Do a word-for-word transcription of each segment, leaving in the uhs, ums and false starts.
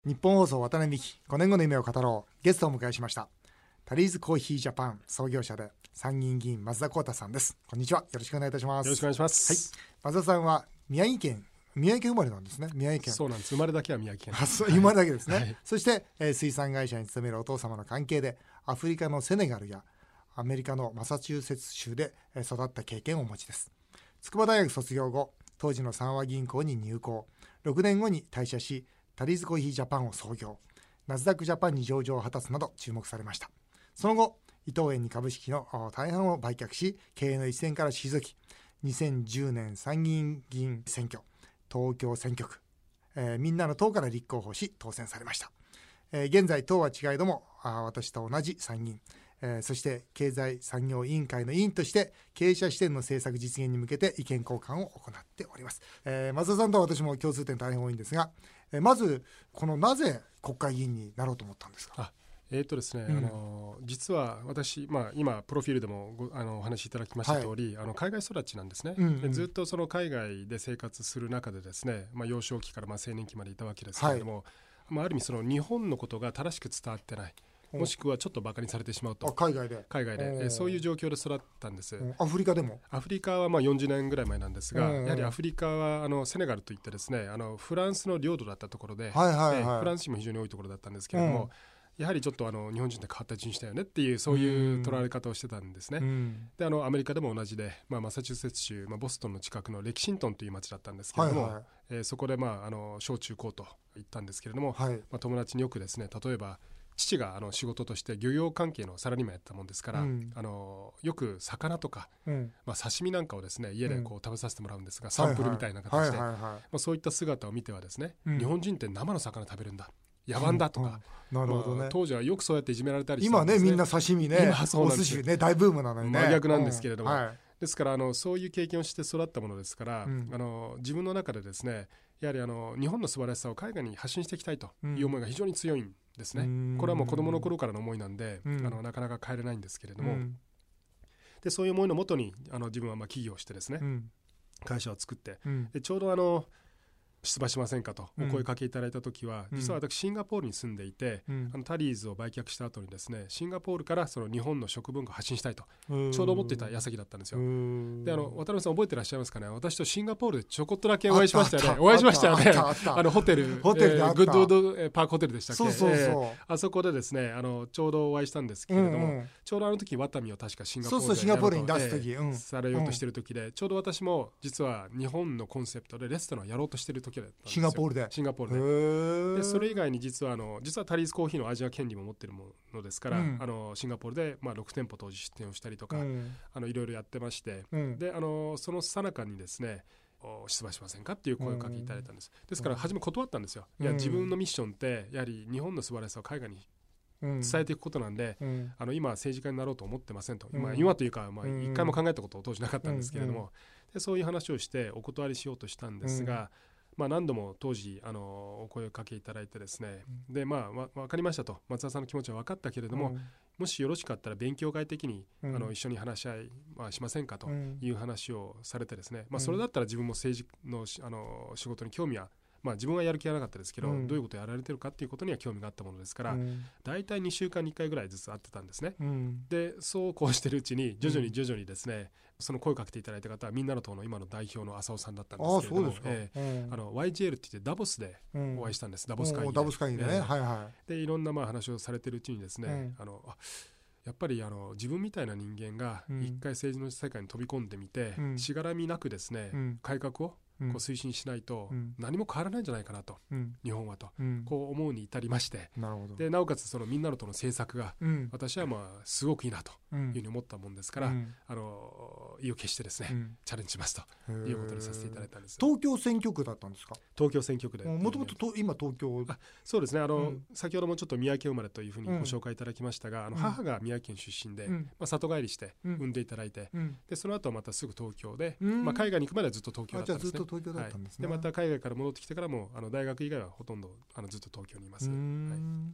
日本放送渡辺美希ごねんごの夢を語ろう。ゲストをお迎えしました。タリーズコーヒージャパン創業者で参議院議員松田光太さんです。こんにちは。よろしくお願いいたします。 よろしくお願いします。 はい、松田さんは宮城県宮城県生まれなんですね。宮城県。 そうなんです。生まれだけは宮城県。 あ、そう、生まれだけですね。 はい、 そして、えー、水産会社に勤めるお父様の関係でアフリカのセネガルやアメリカのマサチューセッツ州で育った経験をお持ちです。筑波大学卒業後、当時の三和銀行に入行、ろくねんごに退社しタリーズコーヒージャパンを創業、ナスダックジャパンに上場を果たすなど注目されました。その後、伊藤園に株式の大半を売却し、経営の一線から退き、にせんじゅうねん参議院議員選挙、東京選挙区、えー、みんなの党から立候補し当選されました。えー、現在党は違いどもあ私と同じ参議院、えー、そして経済産業委員会の委員として経営者視点の政策実現に向けて意見交換を行っております。えー、松田さんとは私も共通点大変多いんですが、えー、まずこのなぜ国会議員になろうと思ったんですか？ あえーとですねうん、 あの実は私、まあ、今プロフィールでもごあのお話しいただきました通り、はい、あの海外育ちなんですね、うんうん、でずっとその海外で生活する中でですね、まあ、幼少期からまあ青年期までいたわけですけれども、はい、まあ、ある意味その日本のことが正しく伝わってない、もしくはちょっとバカにされてしまうと。 あ、海外で海外でそういう状況で育ったんです。 アフリカでも？ アフリカはまあよんじゅうねんぐらい前なんですが、やはりアフリカはあのセネガルといってですね、あのフランスの領土だったところで、 はいはいはい、 フランス人も非常に多いところだったんですけれども、うん、やはりちょっとあの日本人って変わった人種だよねっていう、そういう捉え方をしてたんですね、うん、であのアメリカでも同じで、まあ、マサチューセッツ州、まあ、ボストンの近くのレキシントンという町だったんですけれども、はいはい、えー、そこで、まあ、あの小中高と行ったんですけれども、はい、まあ、友達によくですね、例えば父があの仕事として漁業関係のサラリーマンやったもんですから、うん、あのよく魚とか、うん、まあ、刺身なんかをですね家でこう食べさせてもらうんですが、うん、サンプルみたいな形で、そういった姿を見てはですね、うん、日本人って生の魚食べるんだ、野蛮だとか、 うんうん、なるほどね、まあ、 当時はよくそうやっていじめられたりしたんですね。 今ねみんな刺身ね、お寿司ね大ブームなのにね、 真逆なんですけれども、 うん、はい、 ですからあのそういう経験をして育ったものですから、うん、あの自分の中でですね、やはりあの日本の素晴らしさを海外に発信していきたいという思いが非常に強いんですね、うん、これはもう子どもの頃からの思いなんで、うん、あのなかなか変えれないんですけれども、うん、でそういう思いのもとにあの自分はまあ起業してですね、うん、会社を作って、うん、でちょうどあの出馬しませんかとお声かけいただいたときは、うん、実は私シンガポールに住んでいて、うん、あのタリーズを売却した後にですね、シンガポールからその日本の食文化を発信したいとちょうど思っていた矢先だったんですよ。であの渡辺さん覚えてらっしゃいますかね、私とシンガポールでちょこっとだけお会いしましたよね。お会いしましたよね。あのホテルホテルであった、 えー、グッドウッドパークホテルでしたっけ。 そうそうそう、 えー、あそこでですね、あのちょうどお会いしたんですけれども、うんうん、ちょうどあの時ワタミを確かシンガポールでそうそうシンガポールに出す時、 えーうん、されようとしてる時で、うん、ちょうど私も実は日本のコンセプトでレストランをやろうとしてる時だったんですよ。 シンガポールでシンガポール で, でそれ以外に実はあの実はタリーズコーヒーのアジア権利も持っているものですから、うん、あのシンガポールでまあろく店舗当時出店をしたりとか、うん、あのいろいろやってまして、うん、であのその最中にですね、出馬しませんかっていう声をかけいただいたんです。ですから初め断ったんですよ。いや自分のミッションってやはり日本の素晴らしさを海外に伝えていくことなんで、うん、あの今政治家になろうと思ってませんと、うん、今, 今というかまあ一回も考えたことを当時なかったんですけれども、うんうん、でそういう話をしてお断りしようとしたんですが、うん、まあ、何度も当時あのお声をかけいただいてですね、うん、でまあわ分かりましたと、松田さんの気持ちは分かったけれども、うん、もしよろしかったら勉強会的に、うん、あの一緒に話し合い、まあ、しませんかという話をされてですね、まあ、それだったら自分も政治 の, あの仕事に興味は、まあ、自分はやる気はなかったですけど、うん、どういうことをやられてるかっていうことには興味があったものですから、うん、大体にしゅうかんにいっかいぐらいずつ会ってたんですね、うん、でそうこうしてるうちに徐々に徐々にですね、うん、その声をかけていただいた方はみんなの党の今の代表の浅尾さんだったんですけれども、えーうん、あの ワイジェーエル って言ってダボスでお会いしたんです、うん、ダボス会議で、 ダボス会議でね、はいはい、 でいろんなまあ話をされてるうちにですね、うん、あのあやっぱりあの自分みたいな人間が一回政治の世界に飛び込んでみて、うん、しがらみなくですね、うん、改革をこう推進しないと何も変わらないんじゃないかなと、うん、日本はと、うん、こう思うに至りまして、なるほど、でなおかつそのみんなのとの政策が、うん、私はまあすごくいいなというふうに思ったもんですから、うん、あの意を決してですね、うん、チャレンジしますということにさせていただいたんです。 東京選挙区だったんですか？ 東京選挙区で、 もともと今東京、 あそうですね、あの、うん、先ほどもちょっと宮城県生まれというふうにご紹介いただきましたが、うん、あの母が宮城県出身で、うんまあ、里帰りして産んでいただいて、うん、でその後はまたすぐ東京で、うんまあ、海外に行くまではずっと東京だったんですね。 あ、じゃあずっと東京だったんですね、 はい、でまた海外から戻ってきてからもあの大学以外はほとんどあのずっと東京にいます。はい、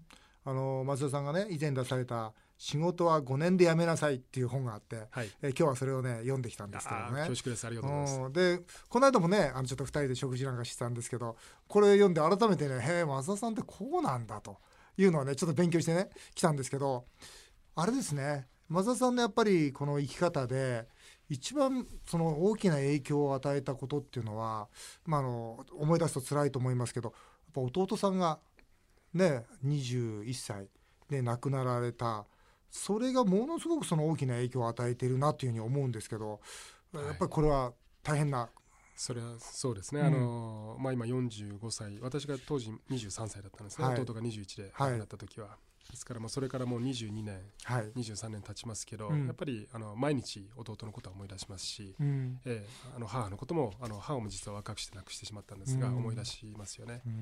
あの松田さんがね以前出された仕事はごねんで辞めなさいっていう本があって、はい、え今日はそれをね読んできたんですけどね。 恐縮です。ありがとうございます。 でこの間もねあのちょっとふたりで食事なんかしてたんですけど、これ読んで改めてね、へえ松田さんってこうなんだというのをねちょっと勉強してね来たんですけど、あれですね、松田さんのやっぱりこの生き方で一番その大きな影響を与えたことっていうのは、まあ、あの思い出すと辛いと思いますけど、やっぱ弟さんがねにじゅういっさいで亡くなられた、それがものすごくその大きな影響を与えているなというふうに思うんですけど、はい、やっぱりこれは大変な。 それはそうですね、うん、あのまあ、今よんじゅうごさい、私が当時にじゅうさんさいだったんですね、はい、弟がにじゅういちで亡くなった時は、はい、ですからもうそれからもうにじゅうにねん、はい、にじゅうさんねん経ちますけど、うん、やっぱりあの毎日弟のことは思い出しますし、うん、えー、あの母のこともあの母も実は若くして亡くしてしまったんですが、うん、思い出しますよね。うん、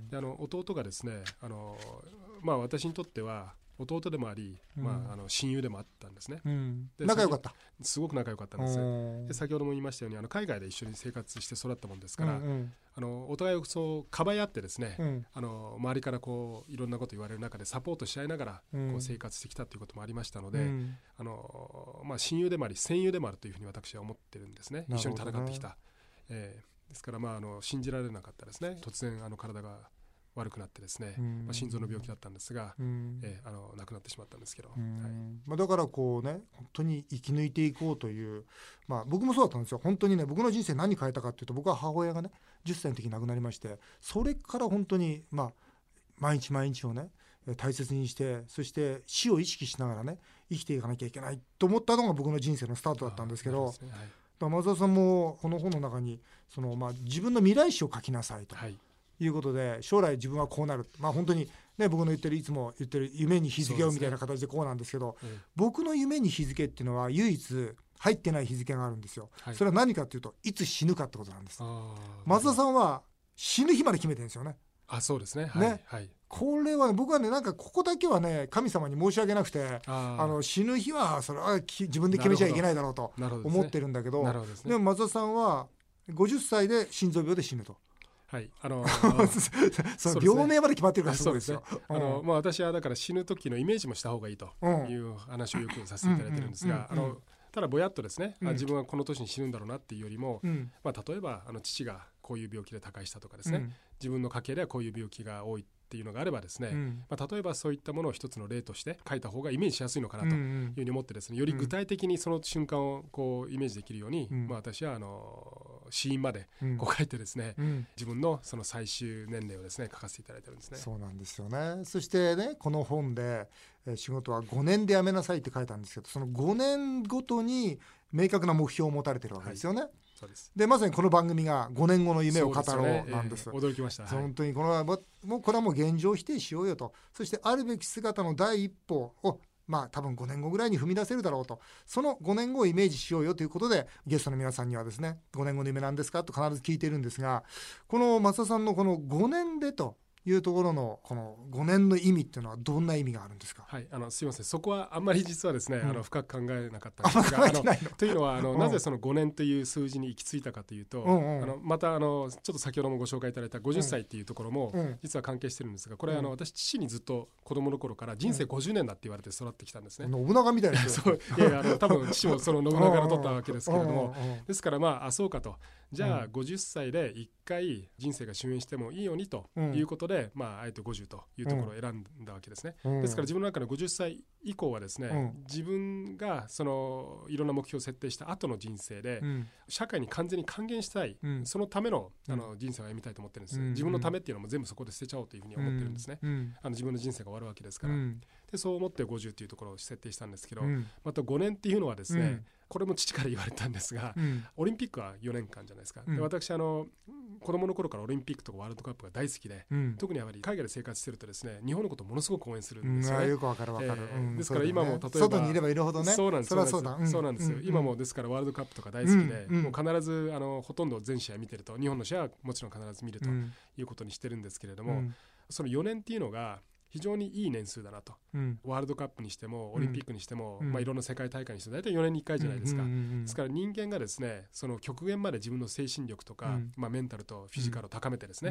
であの弟がですね、あの、まあ、私にとっては弟でもあり、うん、まあ、あの親友でもあったんですね、うん、 で仲良かった、 すごく仲良かったんです。で先ほども言いましたようにあの海外で一緒に生活して育ったもんですから、うんうん、あのお互いをそうかばい合ってですね、うん、あの周りからこういろんなこと言われる中でサポートし合いながらこう生活してきたということもありましたので、うん、あのまあ、親友でもあり戦友でもあるというふうに私は思ってるんですね。一緒に戦ってきた、えー、ですから、まあ、あの信じられなかったですね。突然あの体が悪くなってですね、うん、まあ、心臓の病気だったんですが、うん、えー、あの亡くなってしまったんですけど、うん、はい、 まあ、だからこうね本当に生き抜いていこうという、まあ、僕もそうだったんですよ。本当にね僕の人生何変えたかっていうと、僕は母親がねじゅっさいの時に亡くなりまして、それから本当に、まあ、毎日毎日をね大切にして、そして死を意識しながらね生きていかなきゃいけないと思ったのが僕の人生のスタートだったんですけど、ね、はい、だから松田さんもこの本の中にその、まあ、自分の未来史を書きなさいと、はい、いうことで、将来自分はこうなる、まあ、本当に、ね、僕の言ってるいつも言ってる夢に日付をみたいな形でこうなんですけど、ね、うん、僕の夢に日付っていうのは唯一入ってない日付があるんですよ、はい、それは何かっていうといつ死ぬかってことなんです。松田さんは死ぬ日まで決めてるんですよね。 あ、そうですね、はい、 ね、 はい、 これは、ね、僕はねなんかここだけはね神様に申し訳なくて、ああの死ぬ日はそれは自分で決めちゃいけないだろうと思ってるんだけど、でね、でも松田さんはごじゅっさいで心臓病で死ぬと。 はい、あのー、 その病名まで決まってるからすごいですよ。 あの、まあ、私はだから死ぬ時のイメージもした方がいいという話をよくさせていただいてるんですが、あのただぼやっとですね、うん、自分はこの年に死ぬんだろうなっていうよりも、うん、まあ、例えばあの父がこういう病気で他界したとかですね、うん、自分の家系ではこういう病気が多いっていうのがあればですね、うん、まあ、例えばそういったものを一つの例として書いた方がイメージしやすいのかなというふうに思ってですね、より具体的にその瞬間をこうイメージできるように、うん、まあ、私はあの死因までこう書いてですね、うん、自分のその最終年齢をですね書かせていただいてるんですね。 そうなんですよね。そしてねこの本で仕事はごねんで辞めなさいって書いたんですけど、そのごねんごとに明確な目標を持たれてるわけですよね。はい、そうです。でまさにこの番組がごねんごの夢を語ろうなんです。 そうですよね、えー、驚きました。 本当にこのもうこれはもう現状否定しようよと、そしてあるべき姿の第一歩をまあ多分ごねんごぐらいに踏み出せるだろうと、そのごねんごをイメージしようよということでゲストの皆さんにはですねごねんごの夢なんですかと必ず聞いているんですが、この松田さんのこのごねんでというところのこのごねんの意味っていうのはどんな意味があるんですか。 はい、あのすいません、そこはあんまり実はですね、うん、あの深く考えなかったんですが、あのというのはあの、うん、なぜそのごねんという数字に行き着いたかというと、うんうん、あのまたあのちょっと先ほどもご紹介いただいたごじゅっさいっていうところも実は関係してるんですが、これ、うん、あの私父にずっと子供の頃から人生ごじゅうねんだって言われて育ってきたんですね。 信長みたいですそう、いやいや、あの多分父もその信長から取ったわけですけれどもですからまああそうかと、じゃあごじゅっさいでいっかい人生が終焉してもいいようにということで、うん、まああえてごじゅうというところを選んだわけですね、うん、ですから自分の中のごじゅっさい以降はですね、うん、自分がそのいろんな目標を設定した後の人生で、うん、社会に完全に還元したい、うん、そのため の, あの人生を歩みたいと思ってるんです、うん、自分のためっていうのも全部そこで捨てちゃおうというふうに思ってるんですね、うん、あの自分の人生が終わるわけですから、うん、でそう思ってごじゅうというところを設定したんですけど、うん、またごねんっていうのはですね、うん、これも父から言われたんですが、うん、オリンピックはよねんかんじゃないですか、うん、で私あの子供の頃からオリンピックとかワールドカップが大好きで、うん、特にやはり海外で生活してるとですね日本のことをものすごく応援するんですよね、 うん、よくわかるわかる、えーうん、ですから今も例えば外にいればいるほどね、 そうなんです、 そそうだ、 うん、そうなんですよ、うん、今もですからワールドカップとか大好きで、うん、もう必ずあのほとんど全試合見てると、日本の試合はもちろん必ず見るということにしてるんですけれども、うん、そのよねんっていうのが非常にいい年数だなと、うん、ワールドカップにしてもオリンピックにしても、うんまあ、いろんな世界大会にしても大体よねんにいっかいじゃないですか、うんうんうん、ですから人間がですねその極限まで自分の精神力とか、うんまあ、メンタルとフィジカルを高めてですね、うん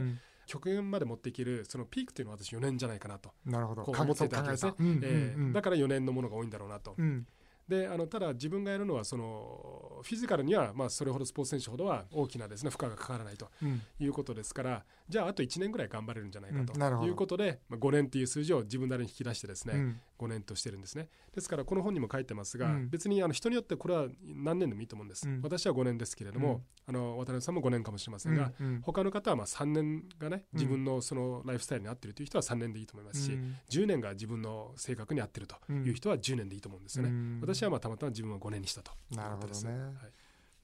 極限まで持っていけるそのピークというのは私よねんじゃないかなと。 なるほど。 こう思っていたわけですね。うんうんうんえー、だからよねんのものが多いんだろうなと。うんであのただ自分がやるのはそのフィジカルにはまあそれほどスポーツ選手ほどは大きなですね負荷がかからないということですから、うん、じゃああといちねんぐらい頑張れるんじゃないかということで、まあ、ごねんという数字を自分なりに引き出してですね、うん、ごねんとしてるんですね。ですからこの本にも書いてますが、うん、別にあの人によってこれは何年でもいいと思うんです、うん、私はごねんですけれども、うん、あの渡辺さんもごねんかもしれませんが、うんうん、他の方はまあさんねんがね自分のそのライフスタイルに合っているという人はさんねんでいいと思いますし、うん、じゅうねんが自分の性格に合っているという人はじゅうねんでいいと思うんですよね、うん、私はまあたまたま自分はごねんにしたと。 なるほどね、はい、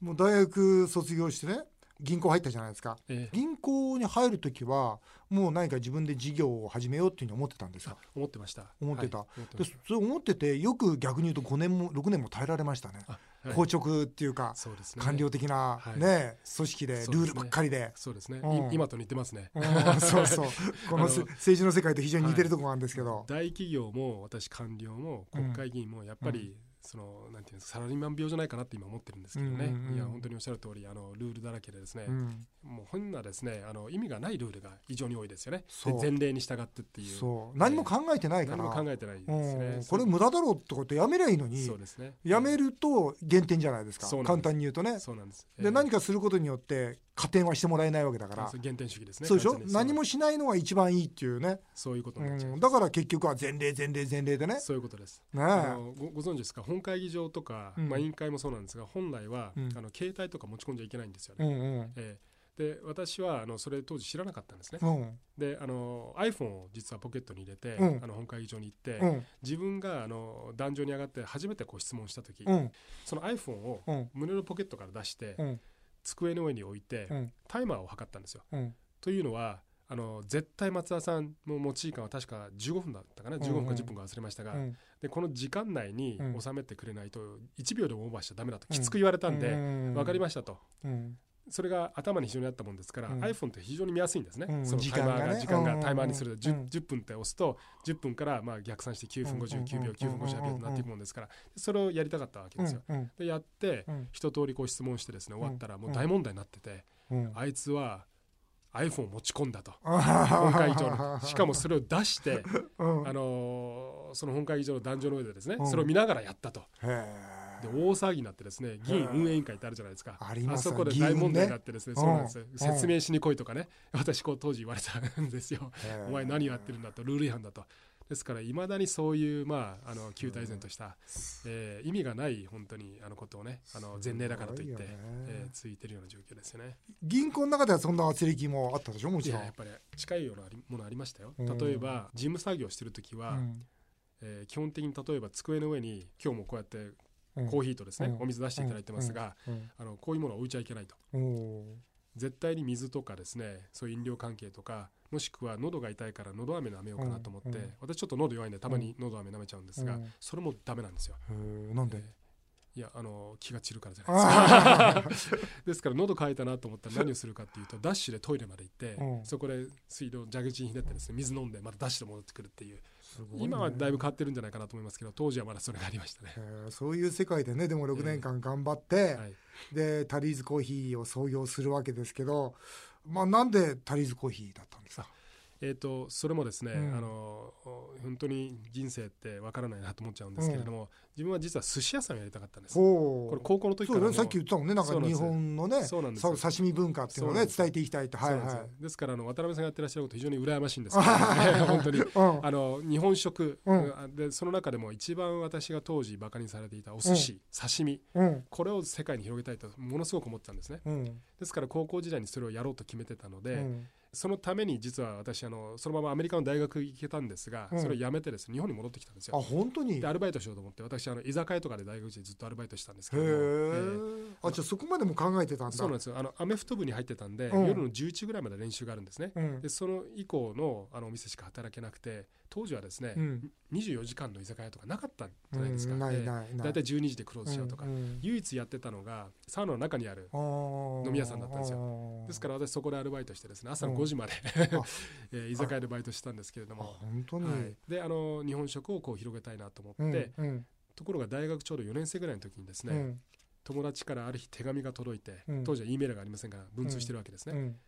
もう大学卒業してね銀行入ったじゃないですか、ええ、銀行に入るときはもう何か自分で事業を始めようっていうふうに思ってたんですか？ 思ってました思ってた、 はい、思ってました。でそれ思っててよく逆に言うとごねんもろくねんも耐えられましたね、はい、硬直っていうかそうです、ね、官僚的な、ねはい、組織でルールばっかりでそうですね、うん、今と似てますね、 うん、そうそうこの政治の世界と非常に似てるところなんですけど、 はい、大企業も私官僚も国会議員もやっぱり、うんそのなんていうんですかサラリーマン病じゃないかなって今思ってるんですけどね、うんうんうん、いや本当におっしゃる通りあのルールだらけでですね、うん、もうほんなですねあの意味がないルールが非常に多いですよね。で前例に従ってっていうそう何も考えてないから、 何も考えてないですね、 うん、これ無駄だろうってことやめりゃいいのにそうです、ね、やめると減点じゃないですか、うん、簡単に言うとねそうなんです、えー、で何かすることによって加点はしてもらえないわけだから減点主義ですね。 そうでしょ何もしないのが一番いいっていうねそういうことになっちゃう、 うん、だから結局は前例前例前例でねそういうことです、 ね、 あの ご, ご存知ですか本会議場とか、うんまあ、委員会もそうなんですが本来は、うん、あの携帯とか持ち込んじゃいけないんですよね、うんうんえー、で私はあのそれ当時知らなかったんですね、うん、であの iPhone を実はポケットに入れて、うん、あの本会議場に行って、うん、自分があの壇上に上がって初めてこう質問した時、うん、その iPhone を胸のポケットから出して、うん机の上に置いて、うん、タイマーを測ったんですよ、うん、というのはあの絶対松田さんの持ち時間は確かじゅうごふんだったかな、うんうん、じゅうごふんかじゅっぷんか忘れましたが、うん、でこの時間内に収めてくれないといちびょうでもオーバーしちゃダメだときつく言われたんで、うん、分かりましたと、うん、それが頭に非常にあったもんですから、うん、iPhone って非常に見やすいんですね、うん、そのタイマーが時間がタイマーにすると 10, じゅっぷんって押すとじゅっぷんからまあ逆算してきゅうふんごじゅうきゅうびょうきゅうふんごじゅうはちびょうとなっていくもんですからそれをやりたかったわけですよ、でやって一通りこう質問してですね終わったらもう大問題になってて、あいつはiPhone を持ち込んだと本会議場にしかもそれを出して、うんあのー、その本会議場の壇上の上でですね、うん、それを見ながらやったとで大騒ぎになってですね議員運営委員会ってあるじゃないですか あ, あそこで大問題になってですね、そうなんですよ、説明しに来いとかね私こう当時言われたんですよお前何やってるんだとルール違反だとですからいまだにそういう、まあ、あの旧態依然とした、えー、意味がない本当にあのことをねあの前例だからといって、えー、ついてるような状況ですよね。 銀行の中ではそんな圧力もあったでしょもちろん。 いややっぱり近いようなものありましたよ。例えば事務作業してるときは、うんえー、基本的に例えば机の上に今日もこうやってコーヒーとですね、うん、お水出していただいてますが、うんうん、あのこういうものを置いちゃいけないと。絶対に水とかですねそういう飲料関係とかもしくは喉が痛いから喉飴舐めようかなと思って、うんうん、私ちょっと喉弱いんでたまに喉飴舐めちゃうんですが、うん、それもダメなんですよ。 へなんで、えー、いやあの気が散るからじゃないですかですから喉乾いたなと思ったら何をするかっていうとダッシュでトイレまで行って、うん、そこで水道蛇口にひねってですね水飲んでまたダッシュで戻ってくるっていう、ね、今はだいぶ変わってるんじゃないかなと思いますけど当時はまだそれがありましたね。 そういう世界でねでもろくねんかん頑張って、えーはいでタリーズコーヒーを創業するわけですけど、まあ、なんでタリーズコーヒーだったんですか？ えーと、それもですね、うん、あの本当に人生ってわからないなと思っちゃうんですけれども、うん、自分は実は寿司屋さんをやりたかったんです。これ高校の時からのそう、ね、さっき言ったもんねなんか日本のね刺身文化っていうのをね伝えていきたいって、はいはい、 ですですからあの渡辺さんがやってらっしゃること非常に羨ましいんですけど、ね、本当に、うん、あの日本食、うん、でその中でも一番私が当時バカにされていたお寿司、うん、刺身、うん、これを世界に広げたいとものすごく思ってたんですね、うん、ですから高校時代にそれをやろうと決めてたので、うんそのために実は私あのそのままアメリカの大学行けたんですが、うん、それを辞めてですね日本に戻ってきたんですよ。 あ本当に？ でアルバイトしようと思って私あの居酒屋とかで大学時代ずっとアルバイトしたんですけども、 へー、えー、あじゃあそこまでも考えてたんだ。 そうなんですよ。あのアメフト部に入ってたんで、うん、夜のじゅういちじぐらいまで練習があるんですね、うん、でその以降のあのお店しか働けなくて当時はですね、うん、にじゅうよじかんの居酒屋とかなかったんじゃないですか、うん、ないないないだいたいじゅうにじでクローズしちゃうとか、うんうん、唯一やってたのがサウナの中にある飲み屋さんだったんですよ。ですから私そこでアルバイトしてですね朝のごじまで、うんえー、居酒屋でバイトしたんですけれども本当に、 はい、であの日本食をこう広げたいなと思って、うんうん、ところが大学ちょうどよねん生ぐらいの時にですね、うん、友達からある日手紙が届いて、うん、当時は E メールがありませんが文通してるわけですね、うんうん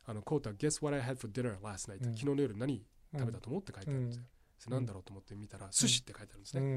あのコートは Guess what I had for dinner last night、うん、昨日の夜何食べたと思って書いてあるんですよ、うん、なんだろうと思って見たら、うん、寿司って書いてあるんですね、うん、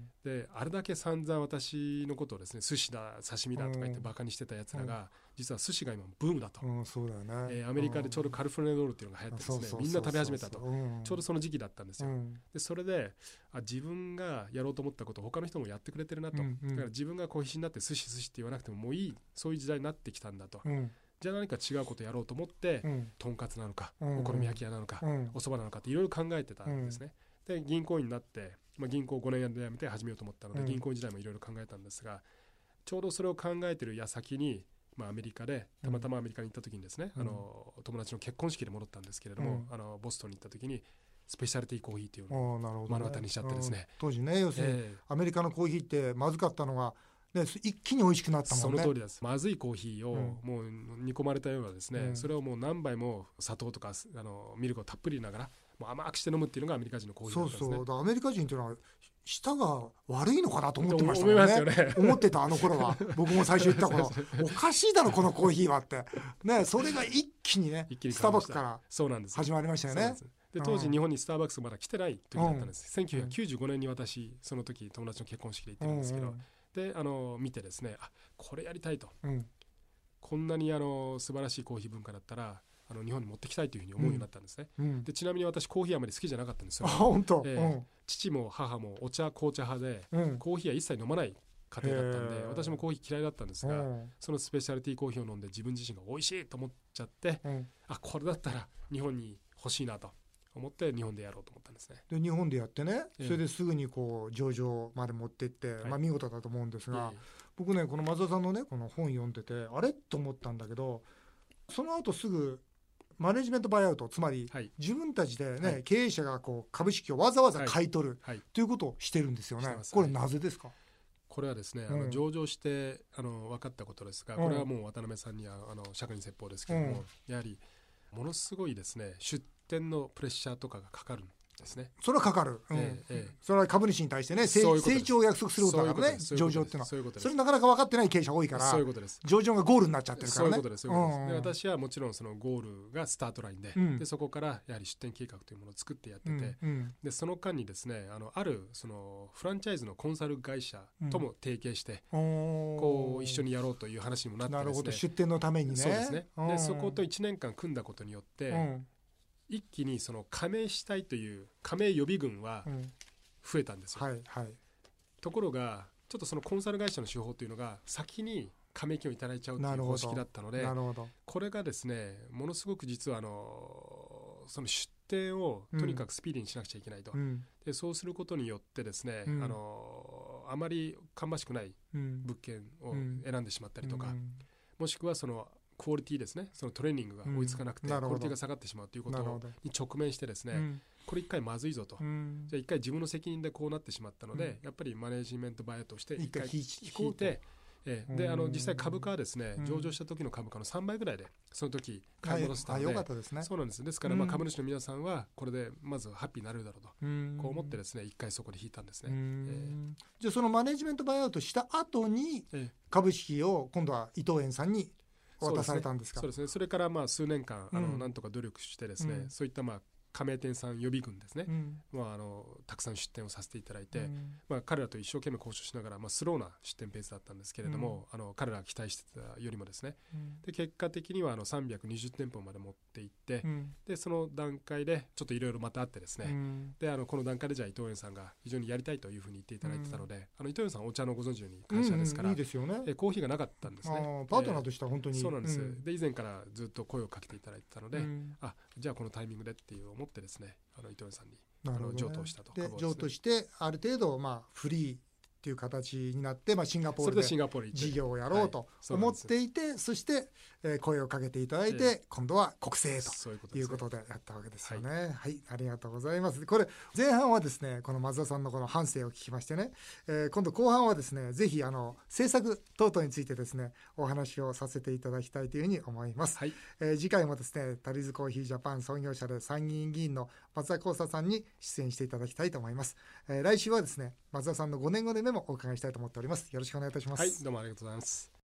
であれだけ散々私のことをですね、寿司だ刺身だとか言ってバカにしてたやつらが、うん、実は寿司が今ブームだと、 うん、そうだよね、 えー、アメリカでちょうどカリフォルニアロールっていうのが流行ってですね、みんな食べ始めたと、うん、ちょうどその時期だったんですよ、うん、でそれであ自分がやろうと思ったことを他の人もやってくれてるなと、うんうん、だから自分がこう必死になって寿司寿司って言わなくてももういい、そういう時代になってきたんだと、うん、じゃあ何か違うことやろうと思って、うん、とんかつなのか、うん、お好み焼き屋なのか、うん、お蕎麦なのかっていろいろ考えてたんですね、うん、で銀行員になって、まあ、銀行ごねんで辞めて始めようと思ったので、うん、銀行員時代もいろいろ考えたんですが、ちょうどそれを考えてる矢先に、まあ、アメリカでたまたまアメリカに行った時にですね、うん、あの友達の結婚式で戻ったんですけれども、うん、あのボストンに行った時にスペシャリティコーヒーっていうのを目の当たりにしちゃってですね、 当時ね、要するに、えー、アメリカのコーヒーってまずかったのがで一気に美味しくなったもんね。 その通りです。まずいコーヒーをもう煮込まれたようなですね、うん、それをもう何杯も砂糖とかあのミルクをたっぷり入れながらもう甘くして飲むっていうのがアメリカ人のコーヒーだったんですね。 そうそう、アメリカ人っていうのは舌が悪いのかなと思ってましたもんね。思いますよね。思ってたあの頃は僕も最初言った頃おかしいだろこのコーヒーはってね、それが一気にね一気にスターバックスから始まりましたよね。 で当時日本にスターバックスまだ来てない時だったんです、うん、せんきゅうひゃくきゅうじゅうごねんに私その時友達の結婚式で行ってるんですけど、うんうん、であの見てですね、あこれやりたいと、うん、こんなにあの素晴らしいコーヒー文化だったらあの日本に持ってきたいというふうに思うようになったんですね、うん、でちなみに私コーヒーあまり好きじゃなかったんですよ。 あ本当、 えーうん、父も母もお茶紅茶派で、うん、コーヒーは一切飲まない家庭だったんで、私もコーヒー嫌いだったんですが、うん、そのスペシャリティコーヒーを飲んで自分自身が美味しいと思っちゃって、うん、あこれだったら日本に欲しいなと思って日本でやろうと思ったんですね。 で日本でやってね、それですぐにこう上場まで持っていって、はい、まあ見事だと思うんですが、僕ねこの松田さんのねこの本読んでてあれと思ったんだけど、その後すぐマネジメントバイアウト、つまり自分たちでね、はい、経営者がこう株式をわざわざ買い取る、はいはい、ということをしてるんですよね。これなぜですか？ これはですね、うん、あの上場してあの分かったことですが、これはもう渡辺さんにはあの釈に説法ですけども、うん、やはりものすごいですね出店のプレッシャーとかがかかるんですね。 それはかかる、うんええ、それは株主に対してね成長を約束することだからね、上場っていうのはそういうことです。それなかなか分かってない経営者多いから、 そういうことです。 上場がゴールになっちゃってるからね。 そういうことです。そういうことです。で私はもちろんそのゴールがスタートラインで、うん、でそこからやはり出店計画というものを作ってやってて、うんうん、でその間にですねあのあるそのフランチャイズのコンサル会社とも提携して、うん、こう一緒にやろうという話にもなってですね。なるほど、 出店のためにね。 そうですね。でそこといちねんかん組んだことによって、うん一気にその加盟したいという加盟予備軍は増えたんですよ、うんはいはい、ところがちょっとそのコンサル会社の手法というのが先に加盟金をいただいちゃうという方式だったので、これがですねものすごく実はあのその出店をとにかくスピーディーにしなくちゃいけないと、うん、でそうすることによってですね、うん、あのあまり芳しくない物件を選んでしまったりとか、うん、もしくはそのクオリティですね、そのトレーニングが追いつかなくて、うん、クオリティが下がってしまうということに直面してですね、うん、これ一回まずいぞと、うん、じゃあ一回自分の責任でこうなってしまったので、うん、やっぱりマネジメントバイアウトして一回引いて、えー、であの実際株価はですね、うん、上場した時の株価のさんばいぐらいでその買い戻せたので、はい、あ、よかったですね。そうなんです。ですからまあ株主の皆さんはこれでまずハッピーになれるだろうと、うん、こう思ってですね一回そこで引いたんですね、うんえー、じゃあそのマネジメントバイアウトした後に株式を今度は伊藤園さんに渡されたんですか？ そうですね。それからまあ数年間、うん、あのなんとか努力してですね、うん、そういったまあ加盟店さん予備軍ですね、うんまあ、あのたくさん出店をさせていただいて、うんまあ、彼らと一生懸命交渉しながら、まあ、スローな出店ペースだったんですけれども、うん、あの彼らが期待してたよりもですね、うん、で結果的にはあのさんびゃくにじゅうてんぽまで持っていって、うん、でその段階でちょっといろいろまたあってですね、うん、であのこの段階でじゃあ伊藤園さんが非常にやりたいというふうに言っていただいてたので、うん、あの伊藤園さんお茶のご存知のように会社ですから、うんうん、いいですよね。えコーヒーがなかったんですね。 パートナーとしては本当に、 えー、そうなんです、うん、で以前からずっと声をかけていただいてたので、うん、あじゃあこのタイミングでっていう思ってですねあの伊藤園さんに、ね、あの譲渡したと。 で譲渡してある程度まあフリーっていう形になって、まあ、シンガポールで事業をやろうと思っていて、そして、えー、声をかけていただいて、えー、今度は国政ということでやったわけですよね。はい、はい、ありがとうございます。これ前半はですねこの松田さんのこの半生を聞きましてね、えー、今度後半はですねぜひあの政策等々についてですねお話をさせていただきたいというふうに思います。はい、えー、次回もですねタリーズコーヒージャパン創業者で参議院議員の松田光佐さんに出演していただきたいと思います。えー、来週はですね松田さんのごねんごの夢もお伺いしたいと思っております。よろしくお願いいたします。 はい、どうもありがとうございます。